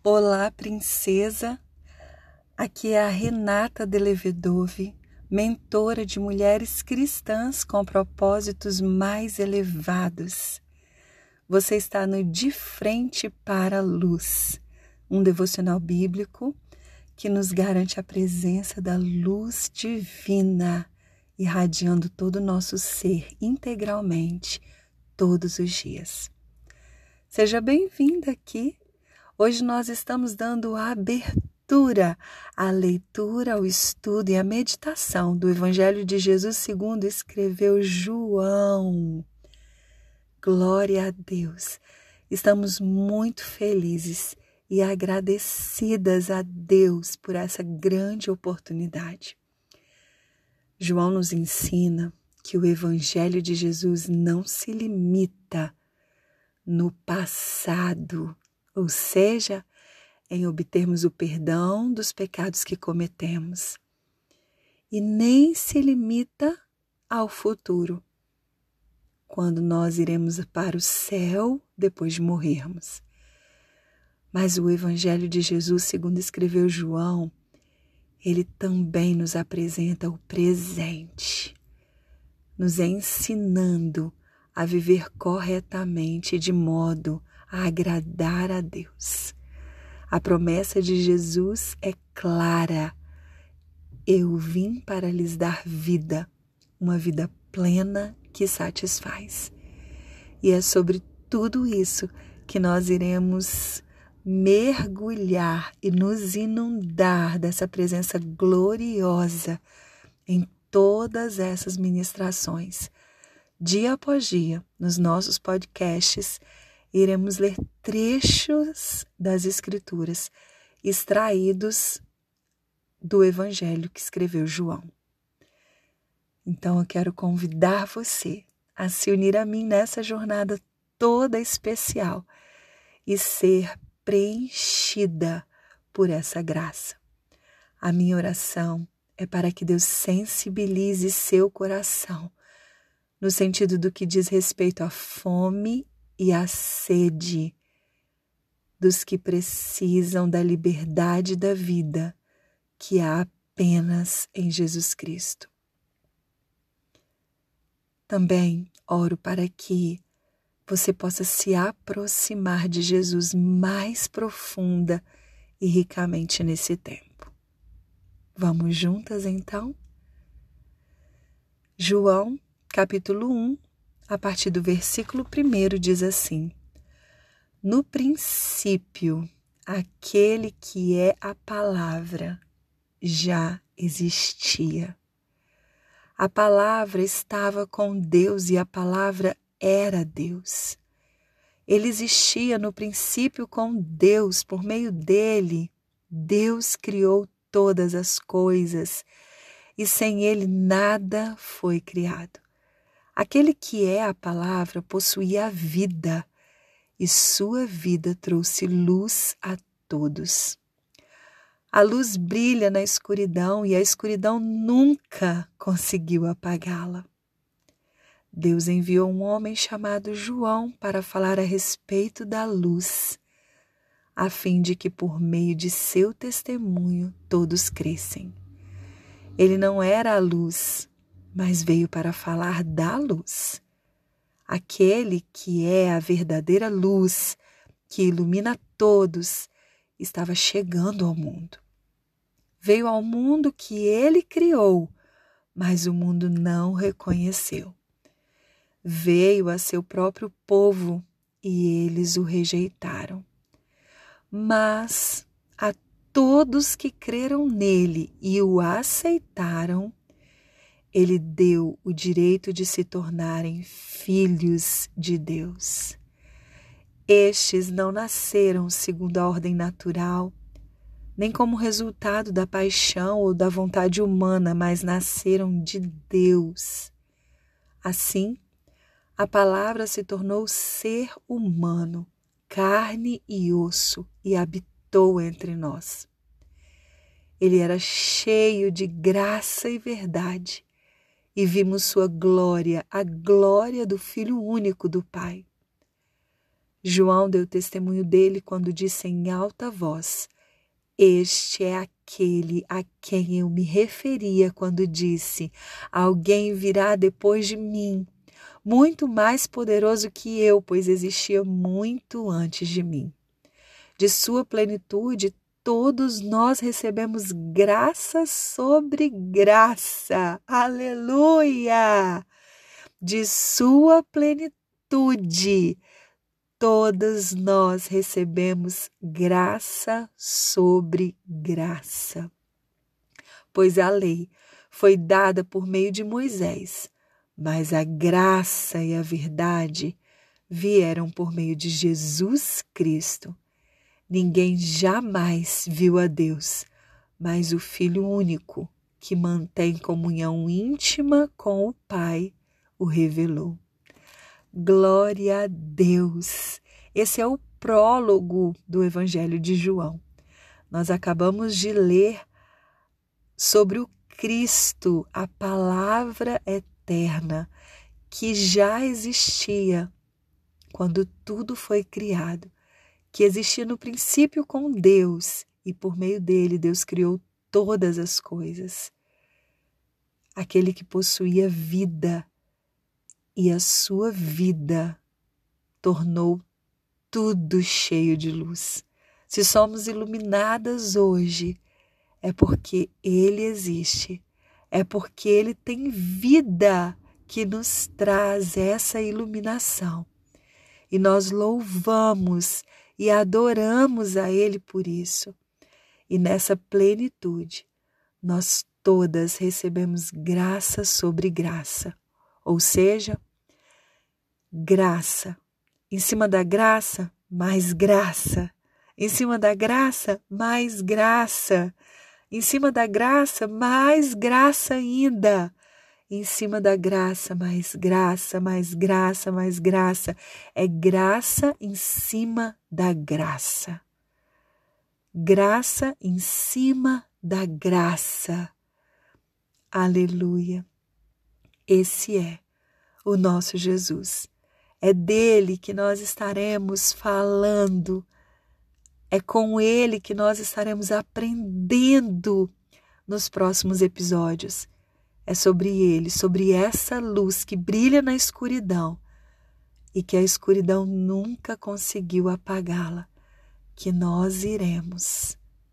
Olá, princesa! Aqui é a Renata Delevedove, mentora de mulheres cristãs com propósitos mais elevados. Você está no De Frente para a Luz, um devocional bíblico que nos garante a presença da luz divina, irradiando todo o nosso ser integralmente, todos os dias. Seja bem-vinda aqui. Hoje nós estamos dando abertura à leitura, ao estudo e à meditação do Evangelho de Jesus segundo escreveu João. Glória a Deus! Estamos muito felizes e agradecidas a Deus por essa grande oportunidade. João nos ensina que o Evangelho de Jesus não se limita no passado, ou seja, em obtermos o perdão dos pecados que cometemos. E nem se limita ao futuro, quando nós iremos para o céu depois de morrermos. Mas o Evangelho de Jesus, segundo escreveu João, ele também nos apresenta o presente, nos ensinando a viver corretamente de modo a agradar a Deus. A promessa de Jesus é clara. Eu vim para lhes dar vida, uma vida plena que satisfaz. E é sobre tudo isso que nós iremos mergulhar e nos inundar dessa presença gloriosa em todas essas ministrações. Dia após dia, nos nossos podcasts, iremos ler trechos das Escrituras extraídos do Evangelho que escreveu João. Então eu quero convidar você a se unir a mim nessa jornada toda especial e ser preenchida por essa graça. A minha oração é para que Deus sensibilize seu coração no sentido do que diz respeito à fome e à sede dos que precisam da liberdade da vida que há apenas em Jesus Cristo. Também oro para que você possa se aproximar de Jesus mais profunda e ricamente nesse tempo. Vamos juntas então? João, capítulo 1, a partir do versículo 1 diz assim: No princípio, aquele que é a palavra já existia. A palavra estava com Deus e a palavra era Deus. Ele existia no princípio com Deus, por meio dele, Deus criou todas as coisas e sem ele nada foi criado. Aquele que é a palavra possuía a vida e sua vida trouxe luz a todos. A luz brilha na escuridão e a escuridão nunca conseguiu apagá-la. Deus enviou um homem chamado João para falar a respeito da luz, a fim de que por meio de seu testemunho todos crescem. Ele não era a luz, mas veio para falar da luz. Aquele que é a verdadeira luz, que ilumina todos, estava chegando ao mundo. Veio ao mundo que ele criou, mas o mundo não reconheceu. Veio a seu próprio povo e eles o rejeitaram. Mas a todos que creram nele e o aceitaram, ele deu o direito de se tornarem filhos de Deus. Estes não nasceram segundo a ordem natural, nem como resultado da paixão ou da vontade humana, mas nasceram de Deus. Assim, a palavra se tornou ser humano, carne e osso, e habitou entre nós. Ele era cheio de graça e verdade, e vimos sua glória, a glória do Filho único do Pai. João deu testemunho dele quando disse em alta voz: este é aquele a quem eu me referia quando disse: alguém virá depois de mim, muito mais poderoso que eu, pois existia muito antes de mim. De sua plenitude, todos nós recebemos graça sobre graça. Aleluia! De sua plenitude, todos nós recebemos graça sobre graça. Pois a lei foi dada por meio de Moisés, mas a graça e a verdade vieram por meio de Jesus Cristo. Ninguém jamais viu a Deus, mas o Filho único, que mantém comunhão íntima com o Pai, o revelou. Glória a Deus! Esse é o prólogo do Evangelho de João. Nós acabamos de ler sobre o Cristo, a palavra eterna, que já existia quando tudo foi criado, que existia no princípio com Deus e por meio dele Deus criou todas as coisas. Aquele que possuía vida e a sua vida tornou tudo cheio de luz. Se somos iluminadas hoje, é porque Ele existe, é porque Ele tem vida que nos traz essa iluminação. E nós louvamos e adoramos a Ele por isso. E nessa plenitude, nós todas recebemos graça sobre graça, ou seja, graça. Em cima da graça, mais graça. Em cima da graça, mais graça. Em cima da graça, mais graça ainda. Em cima da graça, mais graça, mais graça, mais graça. É graça em cima da graça. Graça em cima da graça. Aleluia. Esse é o nosso Jesus. É dele que nós estaremos falando. É com ele que nós estaremos aprendendo nos próximos episódios. É sobre ele, sobre essa luz que brilha na escuridão e que a escuridão nunca conseguiu apagá-la, que nós iremos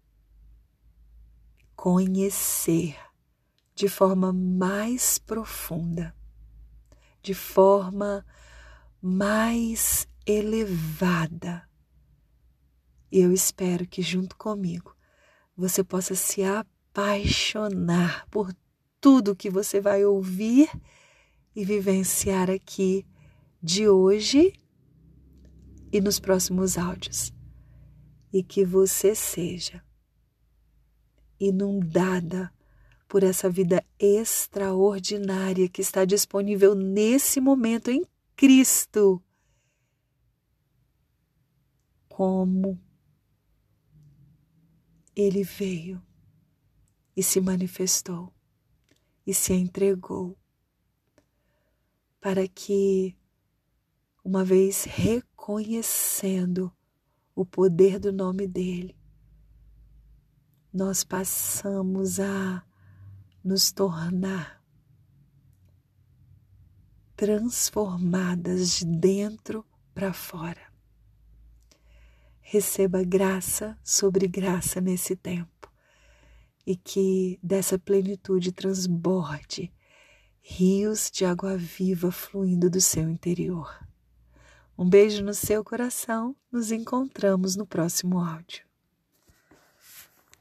conhecer de forma mais profunda, de forma mais elevada. Eu espero que junto comigo você possa se apaixonar por tudo que você vai ouvir e vivenciar aqui de hoje e nos próximos áudios. E que você seja inundada por essa vida extraordinária que está disponível nesse momento em Cristo. Como Ele veio e se manifestou e se entregou para que, uma vez reconhecendo o poder do nome dele, nós passamos a nos tornar transformadas de dentro para fora. Receba graça sobre graça nesse tempo e que dessa plenitude transborde rios de água viva fluindo do seu interior. Um beijo no seu coração, nos encontramos no próximo áudio.